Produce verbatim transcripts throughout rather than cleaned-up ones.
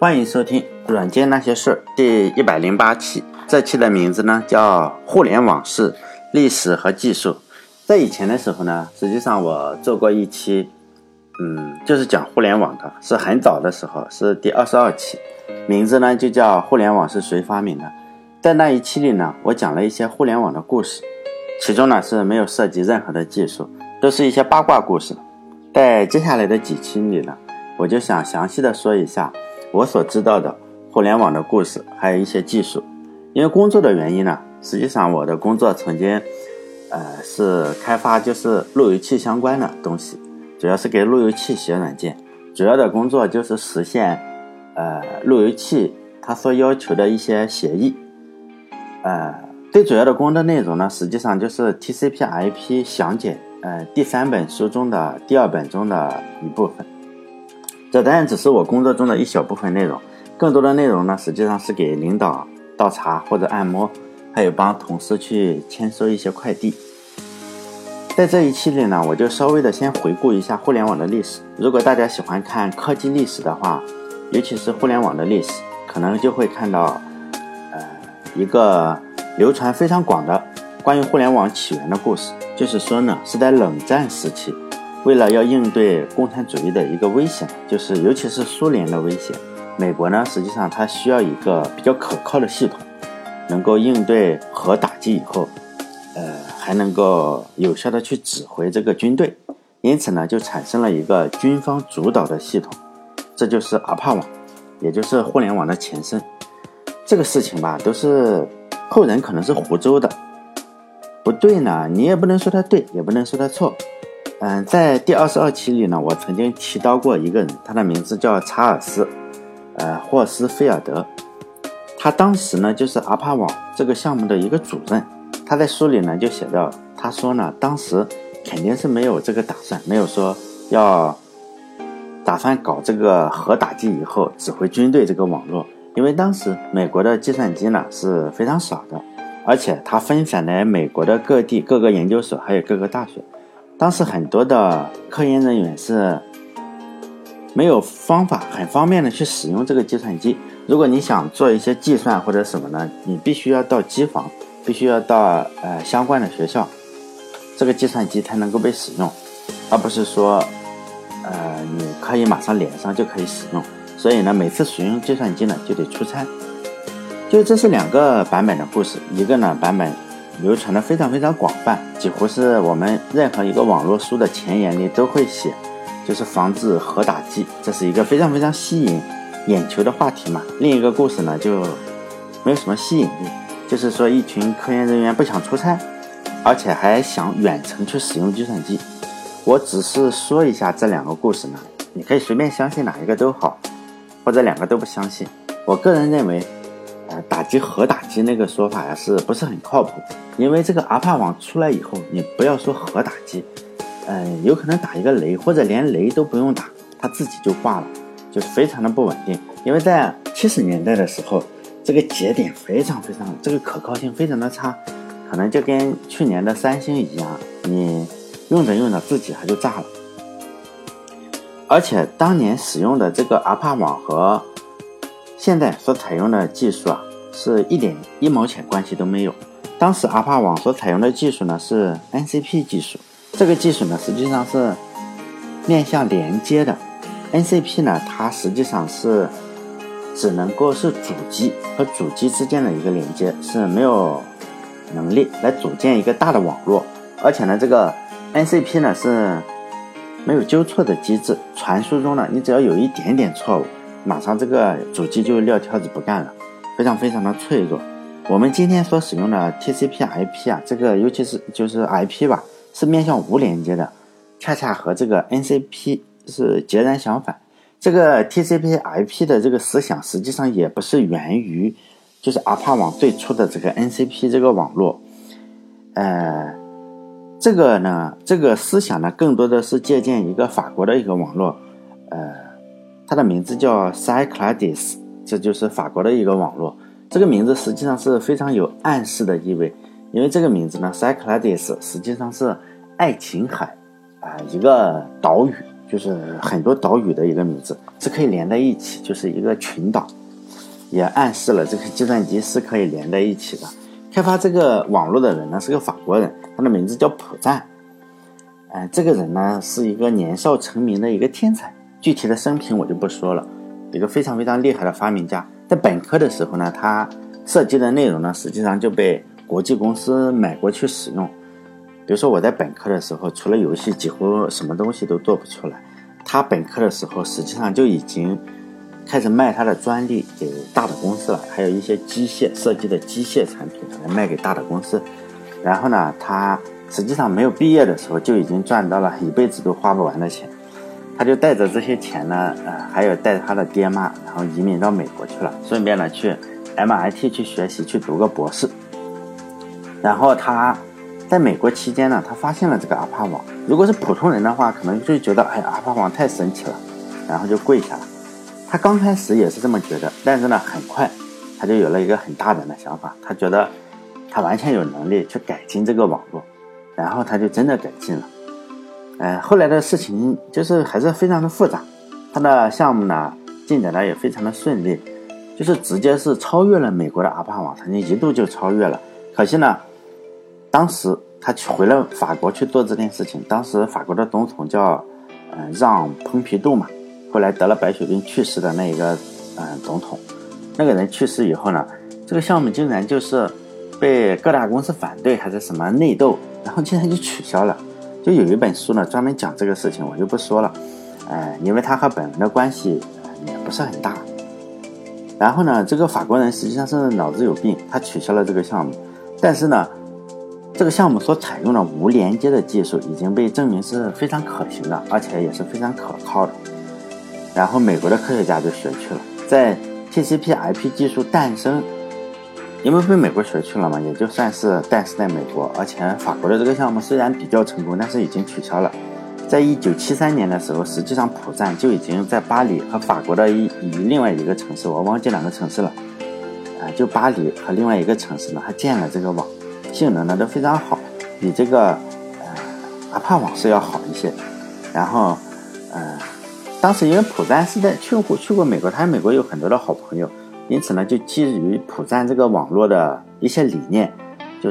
欢迎收听软件那些事第一百零八期。这期的名字呢叫互联网式历史和技术。在以前的时候呢，实际上我做过一期嗯，就是讲互联网的，是很早的时候，是第二十二期，名字呢就叫互联网是谁发明的。在那一期里呢，我讲了一些互联网的故事，其中呢是没有涉及任何的技术，都是一些八卦故事。在接下来的几期里呢，我就想详细的说一下我所知道的互联网的故事，还有一些技术。因为工作的原因呢，实际上我的工作曾经呃是开发就是路由器相关的东西，主要是给路由器写软件，主要的工作就是实现呃路由器它所要求的一些协议。呃最主要的工作内容呢，实际上就是 T C P I P 详解呃第三本书中的第二本中的一部分。这当然只是我工作中的一小部分内容，更多的内容呢，实际上是给领导倒茶或者按摩，还有帮同事去签收一些快递。在这一期里呢，我就稍微的先回顾一下互联网的历史。如果大家喜欢看科技历史的话，尤其是互联网的历史，可能就会看到呃一个流传非常广的关于互联网起源的故事。就是说呢，是在冷战时期，为了要应对共产主义的一个危险，就是尤其是苏联的危险，美国呢实际上它需要一个比较可靠的系统，能够应对核打击以后呃，还能够有效的去指挥这个军队，因此呢就产生了一个军方主导的系统，这就是阿帕网，也就是互联网的前身。这个事情吧，都是后人可能是胡诌的，不对呢，你也不能说它对，也不能说它错。嗯，在第二十二期里呢，我曾经提到过一个人，他的名字叫查尔斯，呃，霍斯菲尔德。他当时呢就是阿帕网这个项目的一个主任。他在书里呢就写到，他说呢，当时肯定是没有这个打算，没有说要打算搞这个核打击以后指挥军队这个网络，因为当时美国的计算机呢是非常少的，而且它分散在美国的各地各个研究所还有各个大学。当时很多的科研人员是没有方法很方便的去使用这个计算机。如果你想做一些计算或者什么呢，你必须要到机房，必须要到呃相关的学校，这个计算机才能够被使用，而不是说呃你可以马上连上就可以使用。所以呢，每次使用计算机呢就得出差。就这是两个版本的故事，一个呢版本流传的非常非常广泛，几乎是我们任何一个网络书的前言里都会写，就是防止核打击，这是一个非常非常吸引眼球的话题嘛。另一个故事呢就没有什么吸引力，就是说一群科研人员不想出差，而且还想远程去使用计算机。我只是说一下这两个故事呢，你可以随便相信哪一个都好，或者两个都不相信。我个人认为呃，打击核打击那个说法呀，是不是很靠谱？因为这个阿帕网出来以后，你不要说核打击，呃，有可能打一个雷，或者连雷都不用打，它自己就挂了，就是非常的不稳定。因为在七十年代的时候，这个节点非常非常，这个可靠性非常的差，可能就跟去年的三星一样，你用着用着自己还就炸了。而且当年使用的这个阿帕网和现在所采用的技术啊，是一点一毛钱关系都没有。当时阿帕网所采用的技术呢是 N C P 技术，这个技术呢实际上是面向连接的。 N C P 呢它实际上是只能够是主机和主机之间的一个连接，是没有能力来组建一个大的网络。而且呢这个 N C P 呢是没有纠错的机制，传输中呢你只要有一点点错误，马上这个主机就撂挑子不干了，非常非常的脆弱。我们今天所使用的 T C P I P 啊，这个尤其是就是 I P 吧，是面向无连接的，恰恰和这个 N C P 是截然相反。这个 T C P I P 的这个思想实际上也不是源于就是阿帕网最初的这个 N C P 这个网络，呃，这个呢，这个思想呢，更多的是借鉴一个法国的一个网络，呃，它的名字叫 Cyclades， 这就是法国的一个网络。这个名字实际上是非常有暗示的意味，因为这个名字呢 Cyclades 实际上是爱琴海啊、呃、一个岛屿， 就是很多岛屿的一个名字，是可以连在一起，就是一个群岛，也暗示了这个计算机是可以连在一起的。开发这个网络的人呢是个法国人，他的名字叫普赞。呃，这个人呢是一个年少成名的一个天才，具体的生平我就不说了，一个非常非常厉害的发明家。在本科的时候呢，他设计的内容呢实际上就被国际公司买过去使用。比如说我在本科的时候，除了游戏几乎什么东西都做不出来，他本科的时候实际上就已经开始卖他的专利给大的公司了，还有一些机械设计的机械产品来卖给大的公司。然后呢，他实际上没有毕业的时候就已经赚到了一辈子都花不完的钱。他就带着这些钱呢，呃，还有带着他的爹妈，然后移民到美国去了，顺便呢去 M I T 去学习，去读个博士。然后他在美国期间呢，他发现了这个阿帕网。如果是普通人的话，可能就觉得哎，阿帕网太神奇了，然后就跪下了。他刚开始也是这么觉得，但是呢，很快他就有了一个很大胆的想法，他觉得他完全有能力去改进这个网络，然后他就真的改进了。呃，后来的事情就是还是非常的复杂，他的项目呢进展的也非常的顺利，就是直接是超越了美国的阿帕网，曾经一度就超越了。可惜呢，当时他去回了法国去做这件事情，当时法国的总统叫呃让·蓬皮杜嘛，后来得了白血病去世的那一个呃总统，那个人去世以后呢，这个项目竟然就是被各大公司反对还是什么内斗，然后竟然就取消了。就有一本书呢专门讲这个事情，我就不说了，呃，因为他和本人的关系、呃、也不是很大。然后呢，这个法国人实际上是脑子有病，他取消了这个项目，但是呢，这个项目所采用的无连接的技术已经被证明是非常可行的，而且也是非常可靠的。然后美国的科学家就学去了，在 T C P I P 技术诞生，因为被美国学去了嘛，也就算是诞生在美国。而且法国的这个项目虽然比较成功，但是已经取消了。在一九七三年的时候，实际上普赞就已经在巴黎和法国的一以另外一个城市，我忘记两个城市了，啊、呃，就巴黎和另外一个城市呢，他建了这个网，性能呢都非常好，比这个呃阿帕网是要好一些。然后，呃，当时因为普赞是在去过去过美国，他在美国有很多的好朋友。因此呢，就基于普赞这个网络的一些理念，就是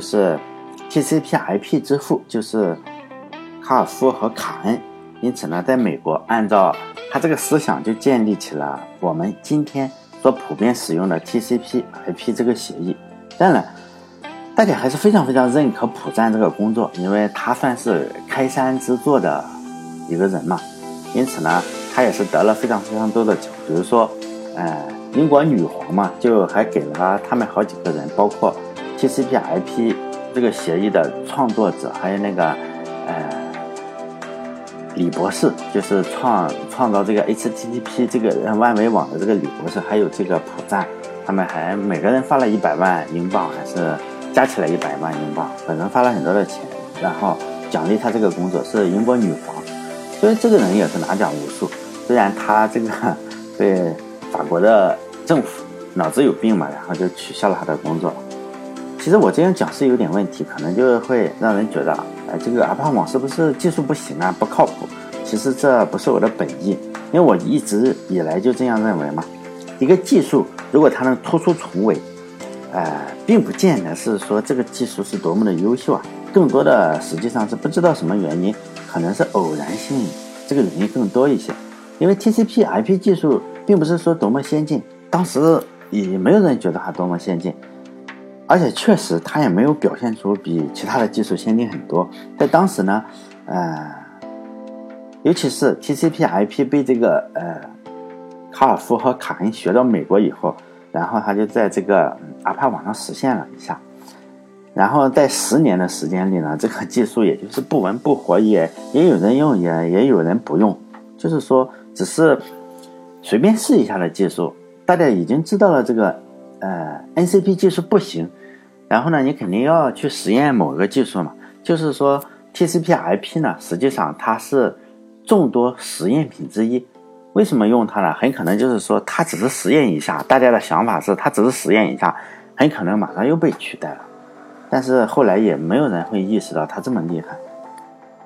T C P I P 之父就是卡尔夫和卡恩。因此呢，在美国按照他这个思想，就建立起了我们今天所普遍使用的 T C P I P 这个协议。当然，大家还是非常非常认可普赞这个工作，因为他算是开山之作的一个人嘛。因此呢，他也是得了非常非常多的奖，比如说，呃。英国女皇嘛，就还给了他们好几个人，包括 T C P I P 这个协议的创作者，还有那个呃李博士，就是创创造这个 H T T P 这个万维网的这个李博士，还有这个普赞，他们还每个人发了一百万英镑，还是加起来一百万英镑，本人发了很多的钱，然后奖励他这个工作，是英国女皇。所以这个人也是拿奖无数，虽然他这个对法国的政府脑子有病嘛，然后就取消了他的工作。其实我这样讲是有点问题，可能就会让人觉得，哎，这个阿帕网是不是技术不行啊，不靠谱？其实这不是我的本意，因为我一直以来就这样认为嘛。一个技术如果它能突出重围，呃，并不见得是说这个技术是多么的优秀啊，更多的实际上是不知道什么原因，可能是偶然性这个原因更多一些。因为 T C P I P 技术并不是说多么先进，当时也没有人觉得它多么先进，而且确实它也没有表现出比其他的技术先进很多。在当时呢，呃，尤其是 T C P I P 被这个呃卡尔夫和卡恩学到美国以后，然后他就在这个、嗯、阿帕网上实现了一下，然后在十年的时间里呢，这个技术也就是不温不火，也也有人用，也也有人不用，就是说只是随便试一下的技术。大家已经知道了这个呃 N C P 技术不行，然后呢你肯定要去实验某个技术嘛。就是说 T C P I P 呢，实际上它是众多实验品之一。为什么用它呢？很可能就是说它只是实验一下，大家的想法是它只是实验一下，很可能马上又被取代了。但是后来也没有人会意识到它这么厉害。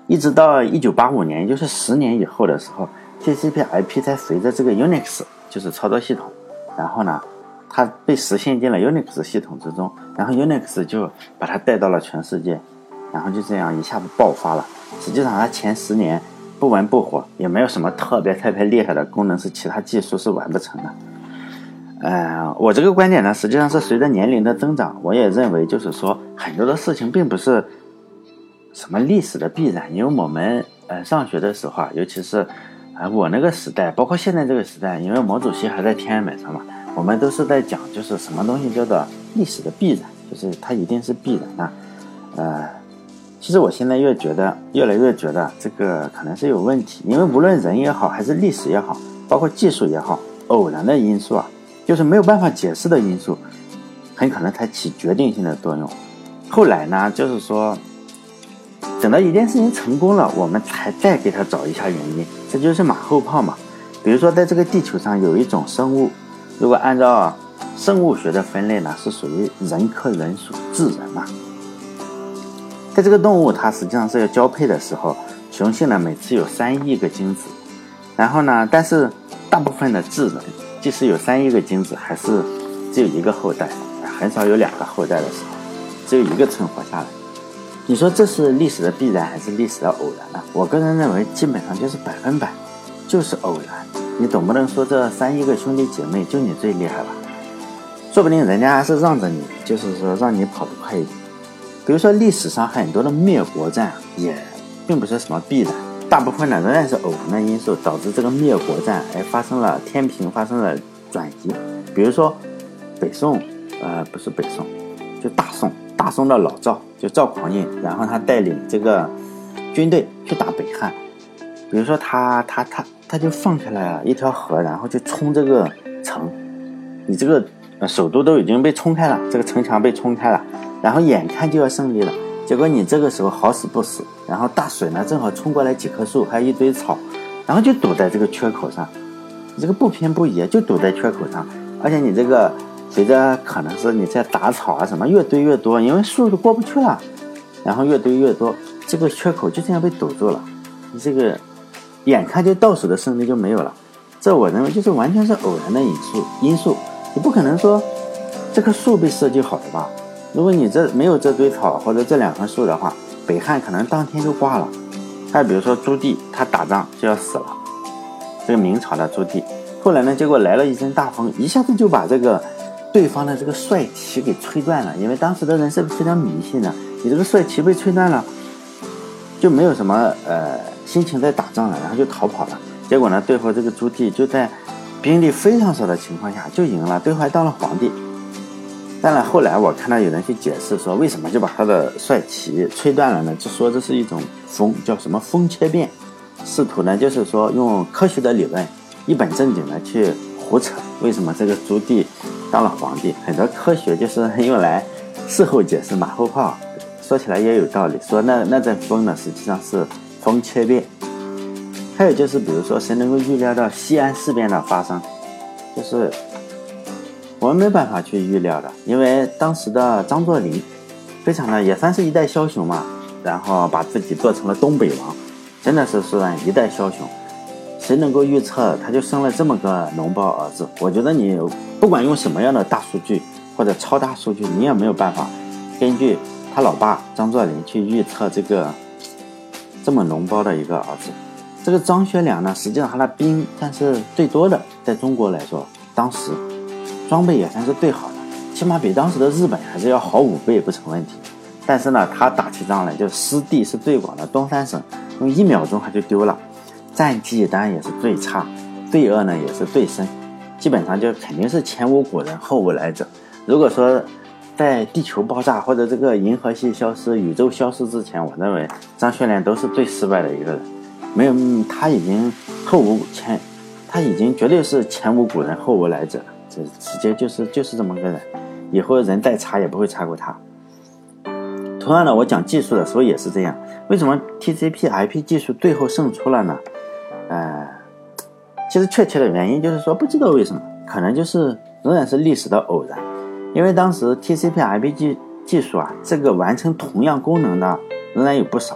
一直到一九八五年，也就是十年以后的时候 T C P I P 才随着这个 Unix 就是操作系统，然后呢它被实现进了 Unix 系统之中，然后 Unix 就把它带到了全世界，然后就这样一下子爆发了。实际上它前十年不温不火，也没有什么特别特别厉害的功能是其他技术是完不成的。呃，我这个观点呢，实际上是随着年龄的增长，我也认为就是说很多的事情并不是什么历史的必然，因为我们呃上学的时候啊，尤其是啊、呃、我那个时代，包括现在这个时代，因为毛主席还在天安门上嘛，我们都是在讲就是什么东西叫做历史的必然，就是它一定是必然的。呃，其实我现在越觉得越来越觉得这个可能是有问题，因为无论人也好，还是历史也好，包括技术也好，偶然的因素啊，就是没有办法解释的因素，很可能才起决定性的作用。后来呢，就是说等到一件事情成功了，我们才再给它找一下原因，这就是马后炮嘛。比如说在这个地球上有一种生物，如果按照生物学的分类呢，是属于人科人属智人嘛。在这个动物它实际上是要交配的时候，雄性呢每次有三亿个精子，然后呢但是大部分的智人即使有三亿个精子，还是只有一个后代，很少有两个后代的时候，只有一个存活下来。你说这是历史的必然还是历史的偶然呢？我个人认为基本上就是百分百就是偶然。你总不能说这三亿个兄弟姐妹就你最厉害吧？说不定人家还是让着你，就是说让你跑得快一点。比如说历史上很多的灭国战也并不是什么必然，大部分呢仍然是偶然的因素导致这个灭国战哎发生了天平发生了转移。比如说北宋呃不是北宋就大宋大宋的老赵，就赵匡胤，然后他带领这个军队去打北汉。比如说他他他他就放开了一条河，然后就冲这个城，你这个首都都已经被冲开了，这个城墙被冲开了，然后眼看就要胜利了，结果你这个时候好死不死，然后大水呢正好冲过来几棵树还有一堆草，然后就堵在这个缺口上，你这个不偏不倚就堵在缺口上，而且你这个随着可能是你在打草啊什么越堆越多，因为树都过不去了，然后越堆越多，这个缺口就这样被堵住了，你这个眼看就到手的胜利就没有了。这我认为就是完全是偶然的因素因素你不可能说这棵树被设计好的吧？如果你这没有这堆草或者这两棵树的话，北汉可能当天就挂了。还有比如说朱棣，他打仗就要死了，这个明朝的朱棣，后来呢结果来了一阵大风，一下子就把这个对方的这个帅旗给吹断了，因为当时的人是非常迷信的，你这个帅旗被吹断了就没有什么呃心情在打仗了，然后就逃跑了。结果呢最后这个朱棣就在兵力非常少的情况下就赢了，最后还当了皇帝。当然后来我看到有人去解释说为什么就把他的帅旗吹断了呢，就说这是一种风叫什么风切变，试图呢就是说用科学的理论一本正经的去胡扯为什么这个朱棣当了皇帝。很多科学就是用来事后解释马后炮，说起来也有道理，说那那阵风呢实际上是风切变。还有就是比如说谁能够预料到西安事变的发生，就是我们没办法去预料的，因为当时的张作霖非常的也算是一代枭雄嘛，然后把自己做成了东北王，真的是算一代枭雄。谁能够预测他就生了这么个脓包儿子？我觉得你不管用什么样的大数据或者超大数据，你也没有办法根据他老爸张作霖去预测这个这么脓包的一个儿子。这个张学良呢实际上他的兵算是最多的，在中国来说当时装备也算是最好的，起码比当时的日本还是要好五倍不成问题。但是呢他打起仗来就失地是最广的东三省，用一秒钟他就丢了，战绩当然也是最差，罪恶呢也是最深，基本上就肯定是前无古人后无来者。如果说在地球爆炸或者这个银河系消失宇宙消失之前，我认为张学良都是最失败的一个人，没有他已经后无前他已经绝对是前无古人后无来者，这直接就是就是这么个人，以后人再差也不会差过他。同样的我讲技术的时候也是这样，为什么 T C P I P 技术最后胜出了呢？呃，其实确切的原因就是说不知道为什么，可能就是仍然是历史的偶然。因为当时 T C P I P 技技术啊，这个完成同样功能的仍然有不少，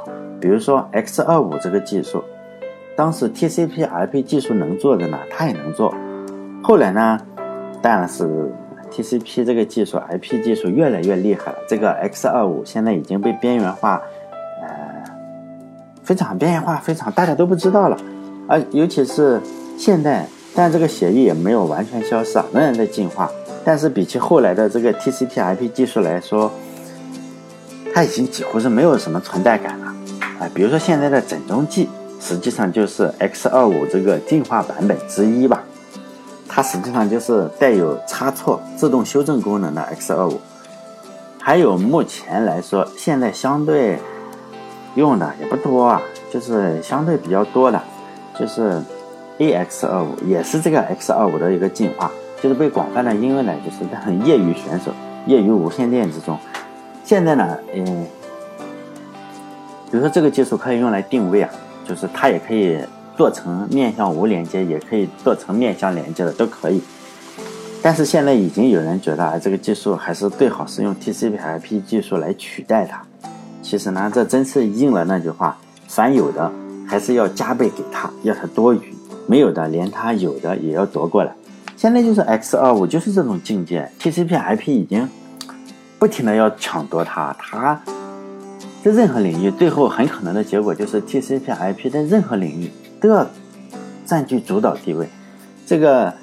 比如说 X 二十五 这个技术，当时 T C P I P 技术能做的呢，它也能做。后来呢，当然是 T C P 这个技术 I P 技术越来越厉害了，这个 X 二十五 现在已经被边缘化，呃，非常边缘化，非常大家都不知道了。而尤其是现在，但这个协议也没有完全消失啊，仍然在进化。但是比起后来的这个 T C P I P 技术来说，它已经几乎是没有什么存在感了啊、呃。比如说现在的整中计，实际上就是 X 二十五 这个进化版本之一吧。它实际上就是带有差错自动修正功能的 X 二十五。还有目前来说，现在相对用的也不多啊，就是相对比较多的，就是 A X 二十五，也是这个 X 二十五 的一个进化。就是被广泛的应用呢，就是在业余选手、业余无线电之中。现在呢，嗯，比如说这个技术可以用来定位啊，就是它也可以做成面向无连接，也可以做成面向连接的，都可以。但是现在已经有人觉得啊，这个技术还是最好是用 T C P I P 技术来取代它。其实呢，这真是应了那句话：凡有的还是要加倍给他，要他多余；没有的，连他有的也要夺过来。现在就是 X 二十五 就是这种境界 ，T C P I P 已经不停的要抢夺它，它在任何领域，最后很可能的结果就是 T C P I P 在任何领域都要占据主导地位。这个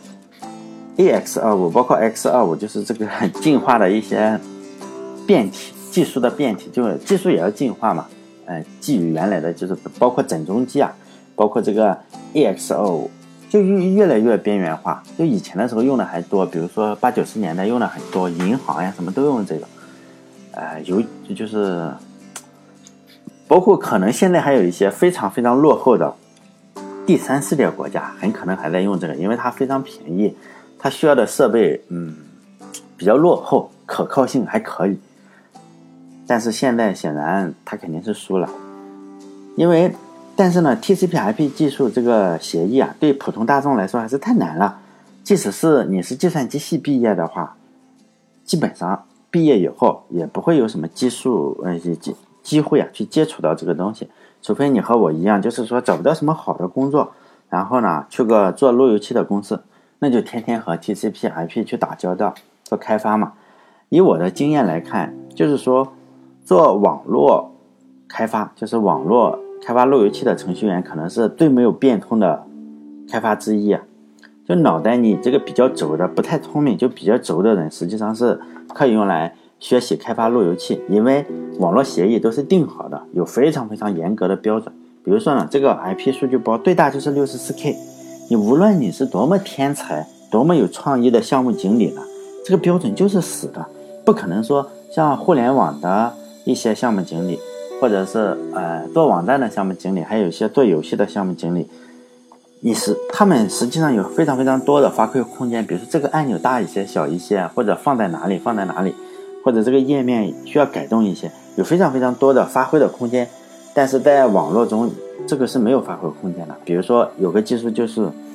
A X 二十五 包括 X 二十五 就是这个进化的一些变体，技术的变体，就是技术也要进化嘛。呃，基于原来的就是包括整中计啊，包括这个 A X 二十五。就越来越边缘化，就以前的时候用的还多，比如说八九十年代用的很多，银行呀什么都用这个，呃，有就是包括可能现在还有一些非常非常落后的第三世界国家，很可能还在用这个，因为它非常便宜，它需要的设备嗯比较落后，可靠性还可以，但是现在显然它肯定是输了，因为。但是呢 ，T C P I P 技术这个协议啊，对普通大众来说还是太难了。即使是你是计算机系毕业的话，基本上毕业以后也不会有什么技术呃机机会啊去接触到这个东西，除非你和我一样，就是说找不到什么好的工作，然后呢去个做路由器的公司，那就天天和 T C P I P 去打交道，做开发嘛。以我的经验来看，就是说做网络开发，就是网络。开发路由器的程序员可能是最没有变通的开发之一啊！就脑袋你这个比较轴的、不太聪明就比较轴的人，实际上是可以用来学习开发路由器，因为网络协议都是定好的，有非常非常严格的标准。比如说呢，这个 I P 数据包最大就是 六十四K， 你无论你是多么天才、多么有创意的项目经理呢，这个标准就是死的，不可能说像互联网的一些项目经理。或者是呃做网站的项目经理，还有一些做游戏的项目经理，你是他们实际上有非常非常多的发挥空间，比如说这个按钮大一些、小一些，或者放在哪里放在哪里，或者这个页面需要改动一些，有非常非常多的发挥的空间。但是在网络中，这个是没有发挥空间的。比如说有个技术就是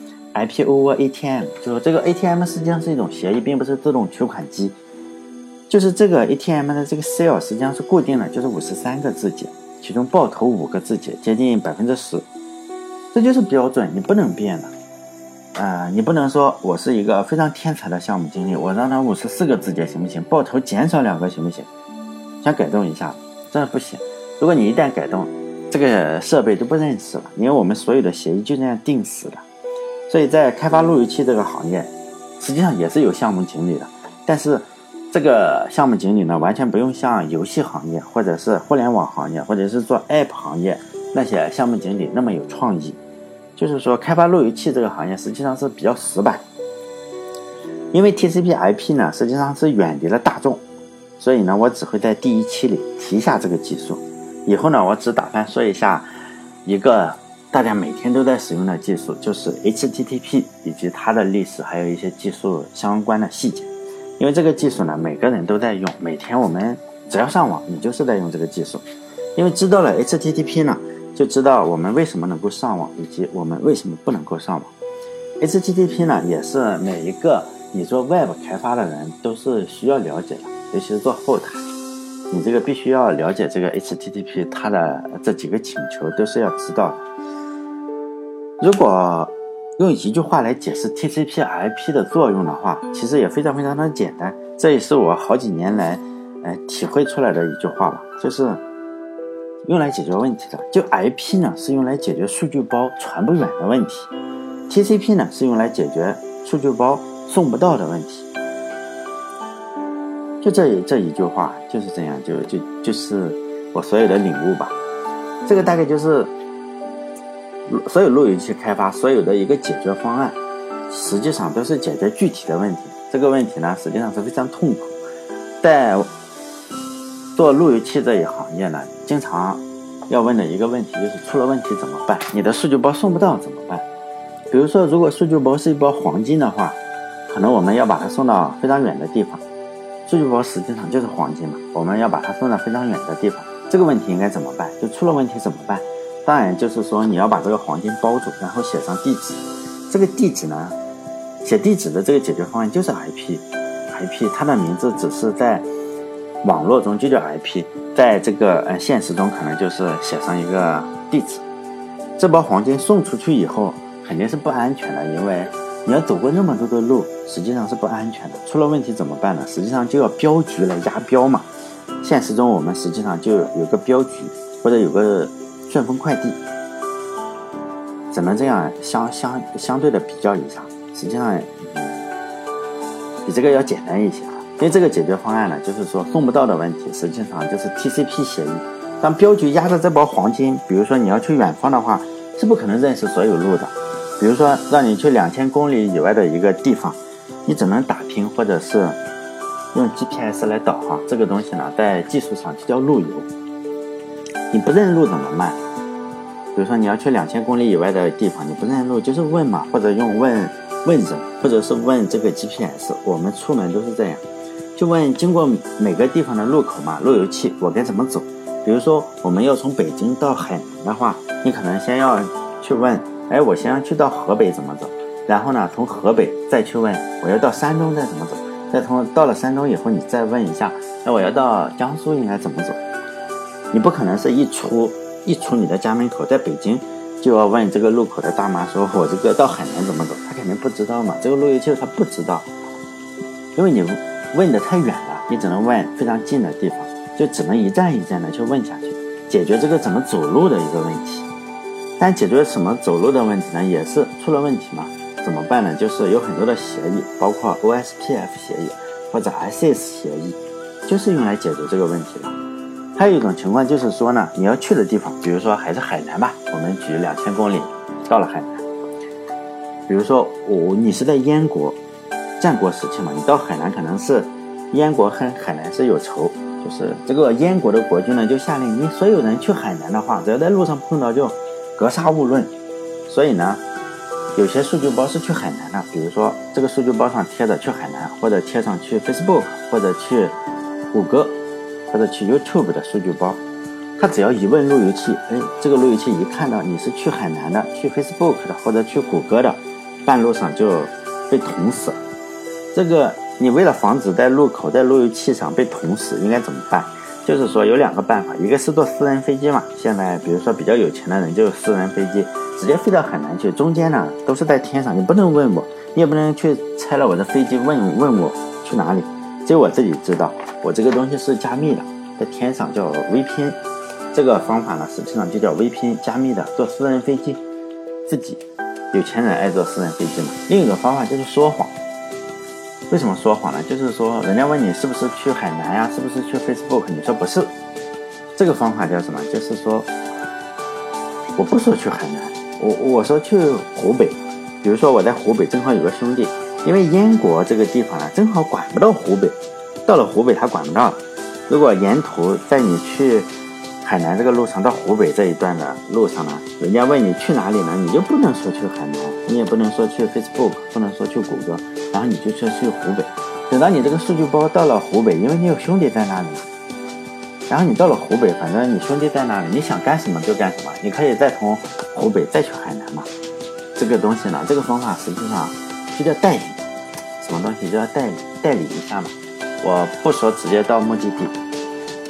I P over A T M， 就是这个 A T M 实际上是一种协议，并不是自动取款机。就是这个 A T M 的这个 cell 实际上是固定的，就是五十三个字节，其中爆头五个字节，接近 百分之十， 这就是标准，你不能变的。呃，你不能说我是一个非常天才的项目经理，我让他五十四个字节行不行？爆头减少两个行不行？想改动一下，真的不行。如果你一旦改动，这个设备就不认识了，因为我们所有的协议就这样定死的。所以在开发路由器这个行业，实际上也是有项目经理的，但是这个项目经理呢，完全不用像游戏行业或者是互联网行业或者是做 App 行业那些项目经理那么有创意。就是说开发路由器这个行业实际上是比较死板，因为 T C P I P 呢实际上是远离了大众，所以呢我只会在第一期里提一下这个技术。以后呢我只打算说一下一个大家每天都在使用的技术，就是 H T T P 以及它的历史，还有一些技术相关的细节。因为这个技术呢每个人都在用，每天我们只要上网你就是在用这个技术。因为知道了 H T T P 呢，就知道我们为什么能够上网，以及我们为什么不能够上网。H T T P 呢也是每一个你做 Web 开发的人都是需要了解的，尤其是做后台。 你这个必须要了解这个 H T T P 它的这几个请求都是要知道的。如果用一句话来解释 T C P I P 的作用的话，其实也非常非常的简单，这也是我好几年来呃体会出来的一句话吧，就是用来解决问题的。就 I P 呢是用来解决数据包传不远的问题， T C P 呢是用来解决数据包送不到的问题。就这这一句话就是这样，就就就是我所有的领悟吧。这个大概就是所有路由器开发所有的一个解决方案，实际上都是解决具体的问题。这个问题呢实际上是非常痛苦，在做路由器这一行业呢，经常要问的一个问题就是出了问题怎么办，你的数据包送不到怎么办。比如说如果数据包是一包黄金的话，可能我们要把它送到非常远的地方，数据包实际上就是黄金嘛，我们要把它送到非常远的地方，这个问题应该怎么办？就出了问题怎么办？当然就是说你要把这个黄金包住，然后写上地址。这个地址呢，写地址的这个解决方案就是 I P。 I P 它的名字只是在网络中就叫 I P， 在这个呃现实中可能就是写上一个地址。这包黄金送出去以后肯定是不安全的，因为你要走过那么多的路，实际上是不安全的。出了问题怎么办呢？实际上就要标局来压标嘛。现实中我们实际上就有个标局，或者有个顺丰快递，只能这样相相相对的比较一下。实际上、嗯、比这个要简单一些。因为这个解决方案呢，就是说送不到的问题实际上就是 T C P 协议。当标局压着这包黄金，比如说你要去远方的话，是不可能认识所有路的。比如说让你去两千公里以外的一个地方，你只能打拼或者是用 G P S 来导航。这个东西呢在技术上就叫路由。你不认路怎么办？比如说你要去两千公里以外的地方，你不认路就是问嘛，或者用问问诊，或者是问这个 G P S。 我们出门都是这样，就问经过每个地方的路口嘛，路由器我该怎么走。比如说我们要从北京到海南的话，你可能先要去问，哎，我先要去到河北怎么走，然后呢从河北再去问我要到山东再怎么走，再从到了山东以后你再问一下，那我要到江苏应该怎么走。你不可能是一出一出你的家门口，在北京就要问这个路口的大妈说我这个到海南怎么走，他肯定不知道嘛。这个路由器他不知道，因为你问的太远了，你只能问非常近的地方，就只能一站一站的去问下去，解决这个怎么走路的一个问题。但解决什么走路的问题呢，也是出了问题嘛，怎么办呢？就是有很多的协议，包括 O S P F 协议或者 S S 协议，就是用来解决这个问题的。还有一种情况就是说呢，你要去的地方，比如说还是海南吧，我们举两千公里到了海南。比如说我、哦、你是在燕国战国时期嘛，你到海南可能是燕国和海南是有仇，就是这个燕国的国君呢就下令你所有人去海南的话，只要在路上碰到就格杀勿论。所以呢有些数据包是去海南的，比如说这个数据包上贴着去海南，或者贴上去 Facebook 或者去谷歌或者去 YouTube 的数据包，他只要一问路由器，哎，这个路由器一看到你是去海南的，去 Facebook 的或者去谷歌的，半路上就被捅死了。这个你为了防止在路口在路由器上被捅死应该怎么办？就是说有两个办法，一个是坐私人飞机嘛，现在比如说比较有钱的人就有私人飞机直接飞到海南去，中间呢都是在天上，你不能问我，你也不能去拆了我的飞机问问我去哪里，只有我自己知道，我这个东西是加密的，在天上叫 V P N。 这个方法呢实际上就叫 V P N 加密的，坐私人飞机，自己有钱人爱坐私人飞机嘛。另一个方法就是说谎。为什么说谎呢？就是说人家问你是不是去海南呀，是不是去 Facebook， 你说不是，这个方法叫什么？就是说我不说去海南，我我说去湖北。比如说我在湖北正好有个兄弟，因为燕国这个地方呢正好管不到湖北，到了湖北他管不到了。如果沿途在你去海南这个路上到湖北这一段的路上呢，人家问你去哪里呢，你就不能说去海南，你也不能说去 Facebook， 不能说去谷歌，然后你就说去湖北。等到你这个数据包到了湖北，因为你有兄弟在那里，然后你到了湖北，反正你兄弟在那里，你想干什么就干什么，你可以再从湖北再去海南嘛。这个东西呢，这个方法实际上就叫代理，什么东西就叫代理代理一下嘛。我不说直接到目的地，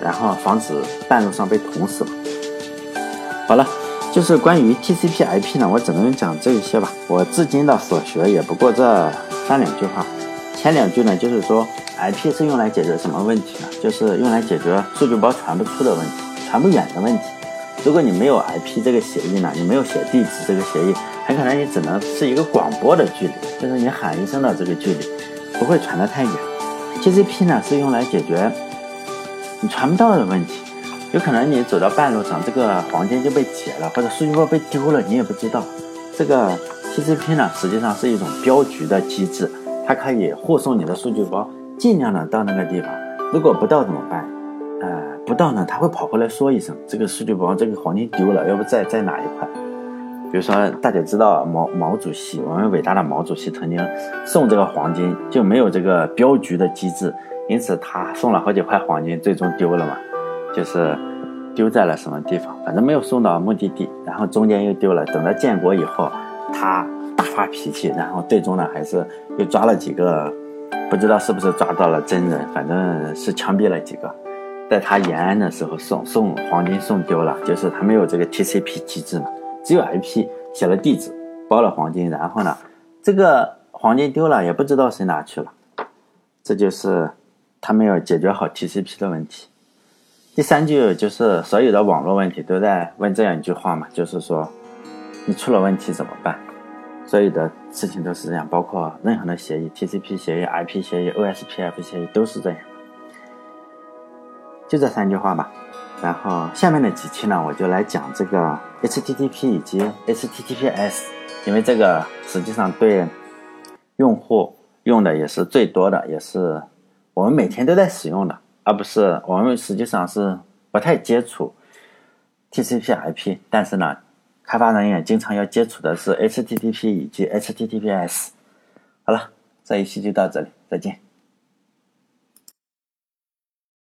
然后防止半路上被捅死。好了，就是关于 T C P I P 呢，我只能讲这一些吧。我至今的所学也不过这三两句话。前两句呢，就是说 I P 是用来解决什么问题呢？就是用来解决数据包传不出的问题，传不远的问题。如果你没有 I P 这个协议呢，你没有写地址这个协议，很可能你只能是一个广播的距离，就是你喊一声的这个距离，不会传得太远。T C P 呢是用来解决你传不到的问题，有可能你走到半路上，这个黄金就被解了，或者数据包被丢了，你也不知道。这个 T C P 呢，实际上是一种标局的机制，它可以护送你的数据包尽量的到那个地方，如果不到怎么办？呃，不到呢，他会跑回来说一声，这个数据包这个黄金丢了，要不在在哪一块？比如说大家知道毛毛主席，我们伟大的毛主席曾经送这个黄金，就没有这个标局的机制，因此他送了好几块黄金，最终丢了嘛，就是丢在了什么地方，反正没有送到目的地，然后中间又丢了。等到建国以后，他大发脾气，然后最终呢还是又抓了几个，不知道是不是抓到了真人，反正是枪毙了几个。在他延安的时候送送黄金送丢了，就是他没有这个 T C P 机制嘛，只有 I P 写了地址包了黄金，然后呢这个黄金丢了也不知道谁拿去了，这就是他没有解决好 T C P 的问题。第三句就是所有的网络问题都在问这样一句话嘛，就是说你出了问题怎么办？所有的事情都是这样，包括任何的协议 T C P 协议 I P 协议 O S P F 协议都是这样。就这三句话吧，然后下面的几期呢，我就来讲这个 H T T P 以及 H T T P S， 因为这个实际上对用户用的也是最多的，也是我们每天都在使用的，而不是我们实际上是不太接触 T C P I P， 但是呢，开发人员经常要接触的是 H T T P 以及 H T T P S。好了，这一期就到这里，再见。